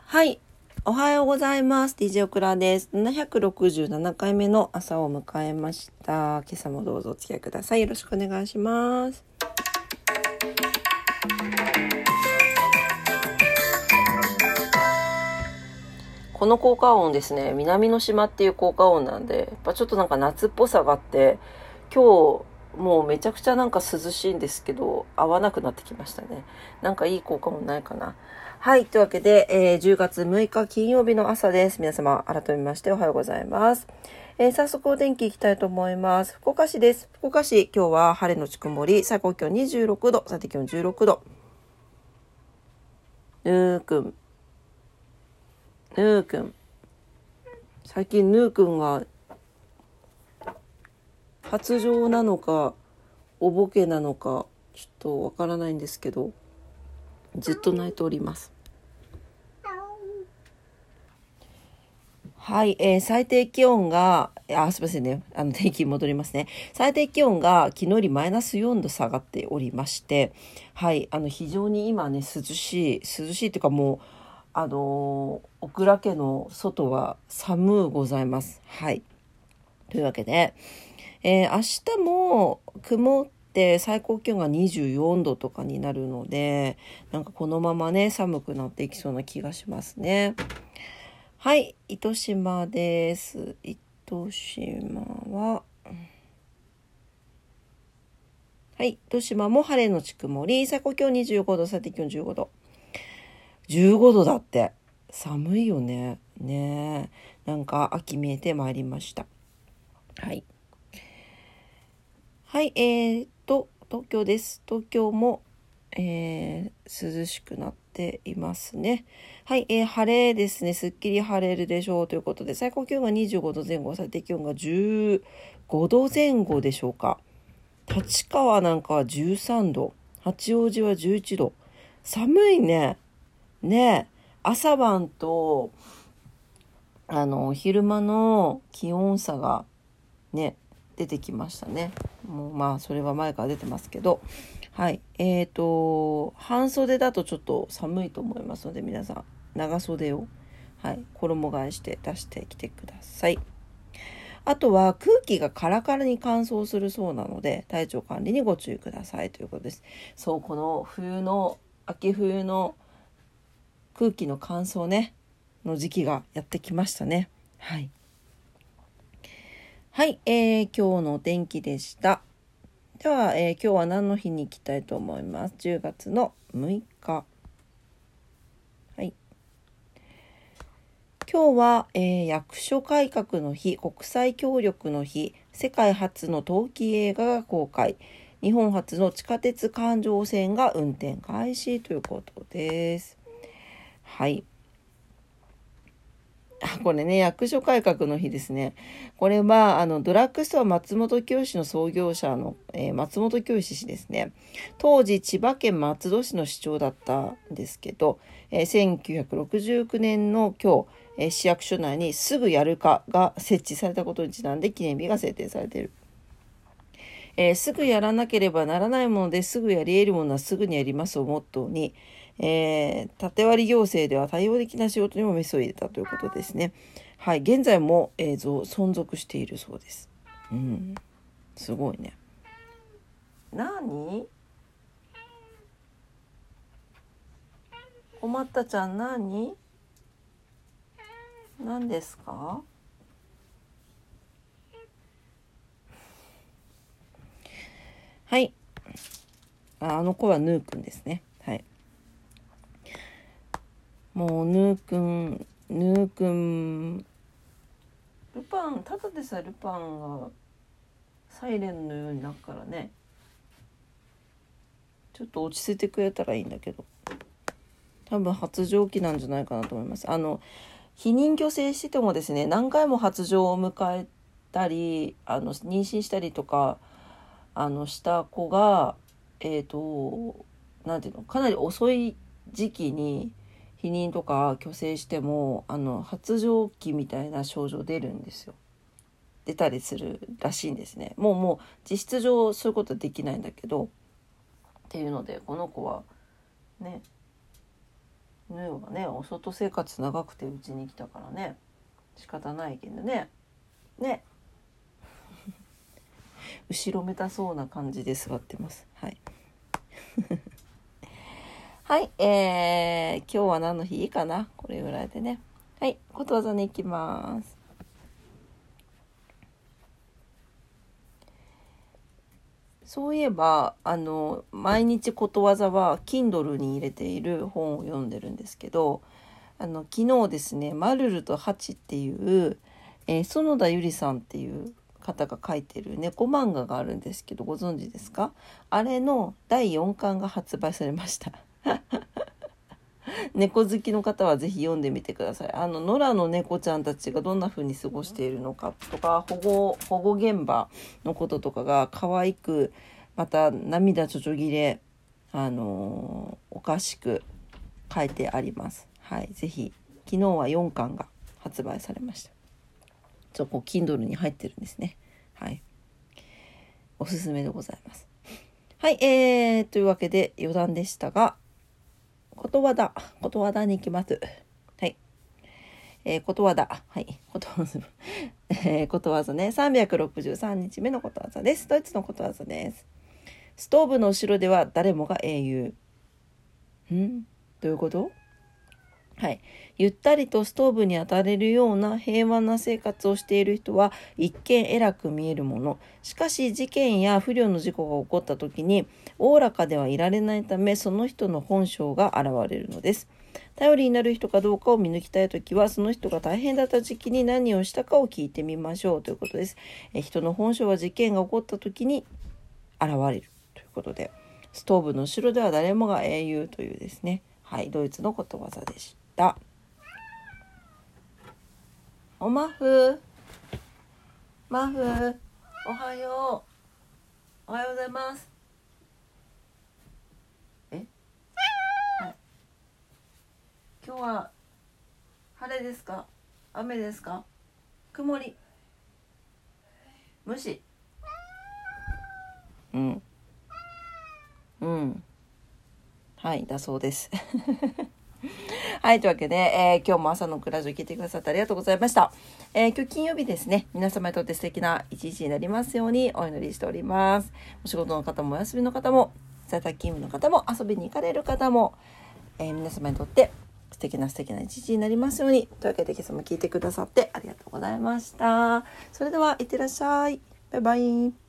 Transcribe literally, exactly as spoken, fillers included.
はい。おはようございます。ディージェー オクラです。ななひゃくろくじゅうななかいめの朝を迎えました。今朝もどうぞお付き合いください。よろしくお願いします。この効果音ですね、南の島っていう効果音なんで、やっぱちょっとなんか夏っぽさがあって、今日もうめちゃくちゃなんか涼しいんですけど、合わなくなってきましたね。なんかいい効果音ないかな。はい。というわけで、えー、じゅうがつむいか金曜日の朝です。皆様、改めましておはようございます。えー、早速お天気いきたいと思います。福岡市です。福岡市、今日は晴れのち曇り、最高気温にじゅうろくど、最低気温じゅうろくど。ぬーくん。ぬーくん。最近ぬーくんが発情なのか、おぼけなのか、ちょっとわからないんですけど、ずっと泣いております。はい、えー、最低気温が、あ、すみませんね。あの、天気に戻りますね。最低気温が昨日よりマイナスよんど下がっておりまして、はい、あの、非常に今ね、涼しい、涼しいというかもう、あのー、小倉家の外は寒うございます。はい。というわけで、えー、明日も曇って最高気温がにじゅうよんどとかになるので、なんかこのままね、寒くなっていきそうな気がしますね。はい、糸島です。糸島は、はい、糸島も晴れのち曇り、最高気温にじゅうごど、最低気温じゅうごど。じゅうごどだって。寒いよね。ねえ。なんか秋見えてまいりました。はい。はい、えーと、東京です。東京も、えー、涼しくなっていますね。はい、えー、晴れですね。すっきり晴れるでしょうということで、最高気温がにじゅうごどぜん後、最低気温がじゅうごどぜん後でしょうか。立川なんかはじゅうさんど、八王子はじゅういちど。寒いね。ねえ。朝晩と、あの、昼間の気温差がね、出てきましたね。もうまあそれは前から出てますけど、はいえーと半袖だとちょっと寒いと思いますので、皆さん長袖を、はい、衣替えして出してきてください。あとは空気がカラカラに乾燥するそうなので、体調管理にご注意くださいということです。そう、この冬の秋冬の空気の乾燥ねの時期がやってきましたね。はいはい、えー、今日のお天気でした。では、えー、今日は何の日に行きたいと思います。じゅうがつのむいか。はい。今日は、えー、役所改革の日、国際協力の日、世界初の冬季映画が公開、日本初の地下鉄環状線が運転開始ということです。はい。これね、役所改革の日ですね。これは、あの、ドラッグストア松本清の創業者の、えー、松本清氏ですね。当時、千葉県松戸市の市長だったんですけど、えー、せんきゅうひゃくろくじゅうきゅうねんの今日、えー、市役所内にすぐやるかが設置されたことにちなんで記念日が制定されている。えー、すぐやらなければならないものですぐやり得るものはすぐにやりますをモットーに、えー、縦割り行政では多様的な仕事にもメスを入れたということですね。はい、現在も、えー、存続しているそうです。うん、すごいね。何？おまったちゃん何？何ですか？はい。あ、あの子はヌーくんですね。はい。もうヌーくん、ヌーくん、ルパン、ただでさえルパンがサイレンのようになるからね。ちょっと落ち着いてくれたらいいんだけど。多分発情期なんじゃないかなと思います。あの、避妊去勢しててもですね、何回も発情を迎えたり、あの、妊娠したりとか、あの、した子が、えっと、なんていうの、かなり遅い時期に避妊とか去勢しても、あの、発情期みたいな症状出るんですよ。出たりするらしいんですね。もうもう実質上そういうことはできないんだけど、っていうので、この子はね、 犬がねお外生活長くてうちに来たからね仕方ないけどねね後ろめたそうな感じで座ってますはいはい、えー、今日は何の日いいかなこれぐらいでねはいことわざに行きます。そういえばあの毎日ことわざは Kindle に入れている本を読んでるんですけど、あの昨日ですねマルルとハチっていう、えー、園田ゆりさんっていう方が書いてる猫漫画があるんですけどご存知ですか？あれのだいよんかんが発売されました猫好きの方はぜひ読んでみてください。あの野良の猫ちゃんたちがどんな風に過ごしているのかとか保護保護現場のこととかが可愛くまた涙ちょちょぎれあのー、おかしく書いてあります。はい、ぜひ昨日はよんかんが発売されました。ちょっと Kindle に入ってるんですね。はい、おすすめでございます。はい、えー、というわけで余談でしたが。ことわざ、ことわざに行きます。はい。えー、ことわざ。はい。ことわざ。えー、ことわざね。さんびゃくろくじゅうさんにちめのことわざです。ドイツのことわざです。ストーブの後ろでは誰もが英雄。んどういうこと？はい。ゆったりとストーブに当たれるような平和な生活をしている人は一見偉く見えるもの。しかし事件や不慮の事故が起こった時におおらかではいられないためその人の本性が現れるのです。頼りになる人かどうかを見抜きたいときはその人が大変だった時期に何をしたかを聞いてみましょうということです。え人の本性は事件が起こった時に現れるということでストーブの後ろでは誰もが英雄というですね、はい、ドイツのことわざでした。おまふまふおはようおはようございます。え、はい、今日は晴れですか雨ですか曇り無視うんうんはいだそうですはい、というわけで、えー、今日も朝のクラジオ聞いてくださってありがとうございました。えー、今日金曜日ですね。皆様にとって素敵な一日になりますようにお祈りしております。お仕事の方もお休みの方も、在宅勤務の方も遊びに行かれる方も、えー、皆様にとって素敵な素敵な一日になりますように。というわけで今朝も聞いてくださってありがとうございました。それではいってらっしゃい。バイバイ。